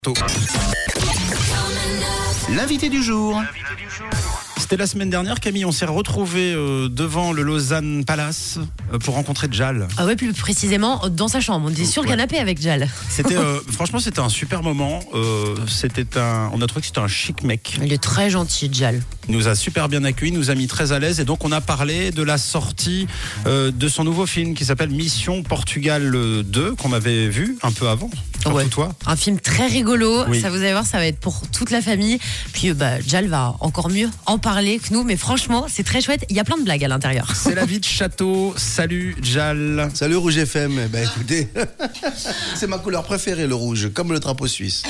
L'invité du jour. C'était la semaine dernière, Camille, on s'est retrouvés devant le Lausanne Palace pour rencontrer Jal. Ah ouais, plus précisément dans sa chambre. On était sur le canapé avec Jal. C'était, franchement, c'était un super moment. On a trouvé que c'était un chic mec. Il est très gentil, Jal. Il nous a super bien accueillis, nous a mis très à l'aise. Et donc, on a parlé de la sortie de son nouveau film qui s'appelle Mission Portugal 2, qu'on avait vu un peu avant. Ouais. Toi. Un film très rigolo. Oui. Ça, vous allez voir, ça va être pour toute la famille. Puis, Jal va encore mieux en parler que nous. Mais franchement, c'est très chouette. Il y a plein de blagues à l'intérieur. C'est la vie de château. Salut, Jal. Salut Rouge FM. Écoutez, c'est ma couleur préférée, le rouge, comme le drapeau suisse.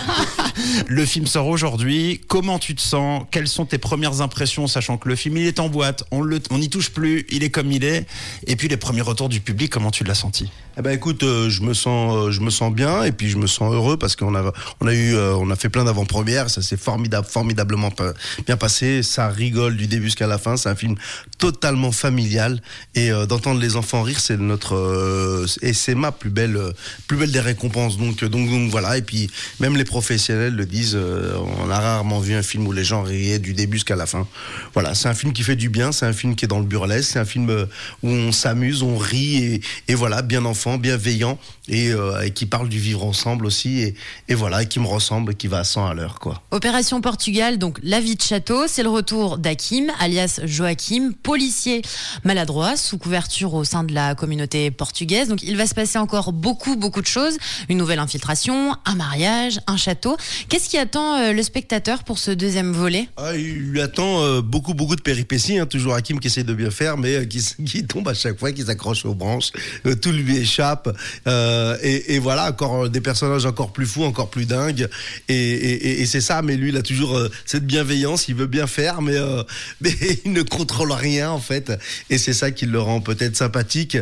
Le film sort aujourd'hui. Comment tu te sens? Quelles sont tes premières impressions, sachant que le film il est en boîte, on n'y touche plus, il est comme il est. Et puis les premiers retours du public, comment tu l'as senti? Écoute, je me sens bien et puis je me sens heureux parce qu'on a fait plein d'avant-premières. Ça s'est formidablement bien passé. Ça rigole du début jusqu'à la fin. C'est un film totalement familial et d'entendre les enfants rire, c'est et c'est ma plus belle des récompenses. Donc voilà. Et puis même les professionnels le disent. On a rarement vu un film où les gens riaient du début jusqu'à la fin. Voilà, c'est un film qui fait du bien. C'est un film qui est dans le burlesque. C'est un film où on s'amuse, on rit et voilà, bien enfant, bienveillant et qui parle du vivre ensemble aussi et voilà, et qui me ressemble, qui va à 100 à l'heure, quoi. Opération Portugal, donc la vie de château, c'est le retour d'Hakim, alias Joachim, policier maladroit, sous couverture au sein de la communauté portugaise. Donc il va se passer encore beaucoup de choses, une nouvelle infiltration, un mariage, un château. Qu'est-ce qui attend le spectateur pour ce deuxième volet? Il lui attend beaucoup de péripéties, hein. Toujours Hakim qui essaie de bien faire, mais qui tombe à chaque fois, qui s'accroche aux branches, tout lui échappe, et voilà, encore des personnages encore plus fous, encore plus dingues, et c'est ça. Mais lui, il a toujours cette bienveillance, il veut bien faire, mais il ne contrôle rien en fait, et c'est ça qui le rend peut-être sympathique,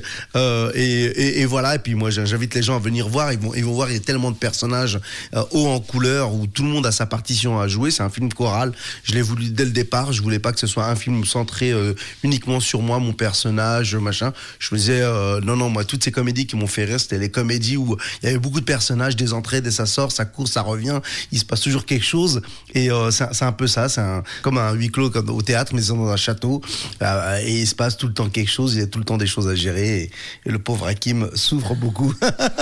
et voilà. Et puis moi, j'invite les gens à venir voir. Ils vont voir, il y a tellement de personnages hauts en couleur où tout le monde a sa partition à jouer. C'est un film choral. Je l'ai voulu dès le départ. Je voulais pas que ce soit un film centré uniquement sur moi, mon personnage, machin. Je me disais non, moi, toutes ces comédies qui m'ont fait rire, c'était les comédies où il y avait beaucoup de personnages, des entrées, ça sort, ça court, ça revient, il se passe toujours quelque chose, et c'est un peu ça, comme un huis clos comme au théâtre, mais c'est dans un château, et il se passe tout le temps quelque chose, il y a tout le temps des choses à gérer, et le pauvre Hakim souffre beaucoup.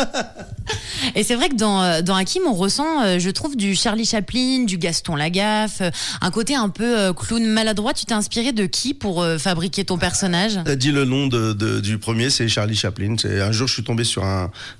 Et c'est vrai que dans Hakim, on ressent, je trouve, du Charlie Chaplin, du Gaston Lagaffe, un côté un peu clown maladroit. Tu t'es inspiré de qui pour fabriquer ton personnage? T'as dit le nom du premier, c'est Charlie Chaplin. Un jour, je suis tombé sur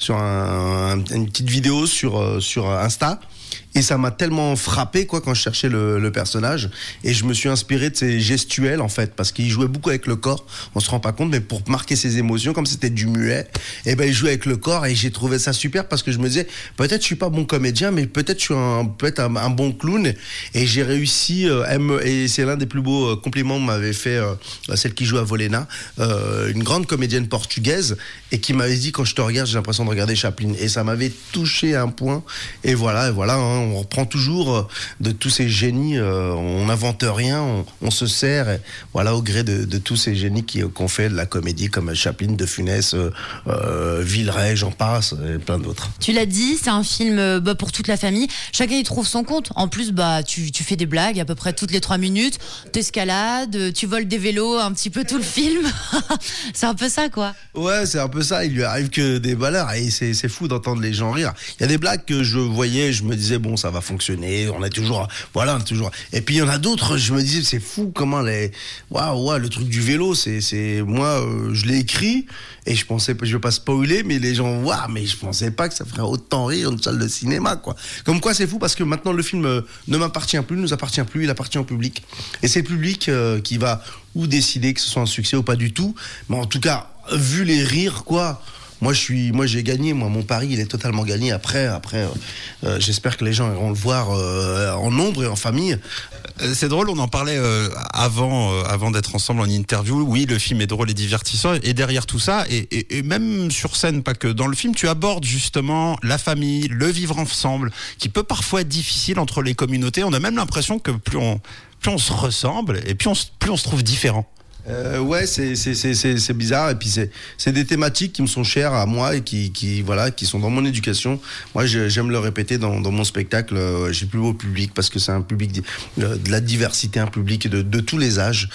une petite vidéo sur Insta. Et ça m'a tellement frappé, quoi, quand je cherchais le personnage. Et je me suis inspiré de ses gestuels, en fait, parce qu'il jouait beaucoup avec le corps. On se rend pas compte, mais pour marquer ses émotions, comme c'était du muet, il jouait avec le corps, et j'ai trouvé ça super parce que je me disais, peut-être je suis pas bon comédien, mais peut-être je suis un bon clown. Et j'ai réussi, et c'est l'un des plus beaux compliments que m'avait fait celle qui joue à Volena, une grande comédienne portugaise, et qui m'avait dit, quand je te regarde, j'ai l'impression de regarder Chaplin. Et ça m'avait touché à un point. Et voilà, hein, on reprend toujours de tous ces génies, on n'invente rien, on se sert, et voilà, au gré de tous ces génies qu'on fait de la comédie, comme Chaplin, De Funès, Villeray, j'en passe, et plein d'autres. Tu l'as dit, c'est un film pour toute la famille. Chacun y trouve son compte. En plus, tu fais des blagues à peu près toutes les 3 minutes. T'escalades, tu voles des vélos un petit peu tout le film. C'est un peu ça, quoi. Ouais, c'est un peu ça. Il lui arrive que des ballards, et c'est fou d'entendre les gens rire. Il y a des blagues que je voyais, je me disais, bon, ça va fonctionner, on est toujours. Et puis il y en a d'autres, je me disais, c'est fou comment le truc du vélo, moi, je l'ai écrit, et je pensais, je vais pas spoiler, mais les gens, mais je pensais pas que ça ferait autant rire une salle de cinéma, quoi. Comme quoi, c'est fou, parce que maintenant, le film ne m'appartient plus, nous appartient plus, il appartient au public. Et c'est le public qui va ou décider que ce soit un succès ou pas du tout. Mais en tout cas, vu les rires, quoi. Moi, j'ai gagné. Mon pari, il est totalement gagné. Après, j'espère que les gens iront le voir en nombre et en famille. C'est drôle, on en parlait avant d'être ensemble en interview. Oui, le film est drôle et divertissant. Et derrière tout ça, et même sur scène, pas que dans le film, tu abordes justement la famille, le vivre ensemble, qui peut parfois être difficile entre les communautés. On a même l'impression que plus on se ressemble, et plus on se trouve différent. Ouais, c'est bizarre, et puis c'est des thématiques qui me sont chères à moi et qui sont dans mon éducation. Moi, j'aime le répéter dans mon spectacle. J'ai le plus beau public parce que c'est un public de la diversité, un public de tous les âges.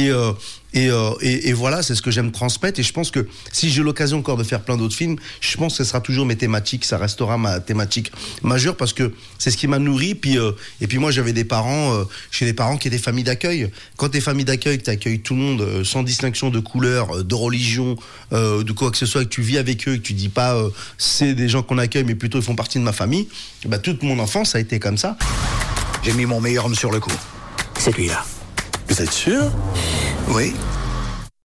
Et voilà, c'est ce que j'aime transmettre. Et je pense que si j'ai l'occasion encore de faire plein d'autres films, je pense que ce sera toujours mes thématiques, ça restera ma thématique majeure parce que c'est ce qui m'a nourri. Et puis moi, j'avais des parents, chez des parents qui étaient familles d'accueil. Quand t'es famille d'accueil, que t'accueilles tout le monde sans distinction de couleur, de religion, de quoi que ce soit, que tu vis avec eux, que tu dis pas c'est des gens qu'on accueille, mais plutôt ils font partie de ma famille. Bah, toute mon enfance a été comme ça. J'ai mis mon meilleur homme sur le coup. C'est lui-là. Vous êtes sûr ? Oui.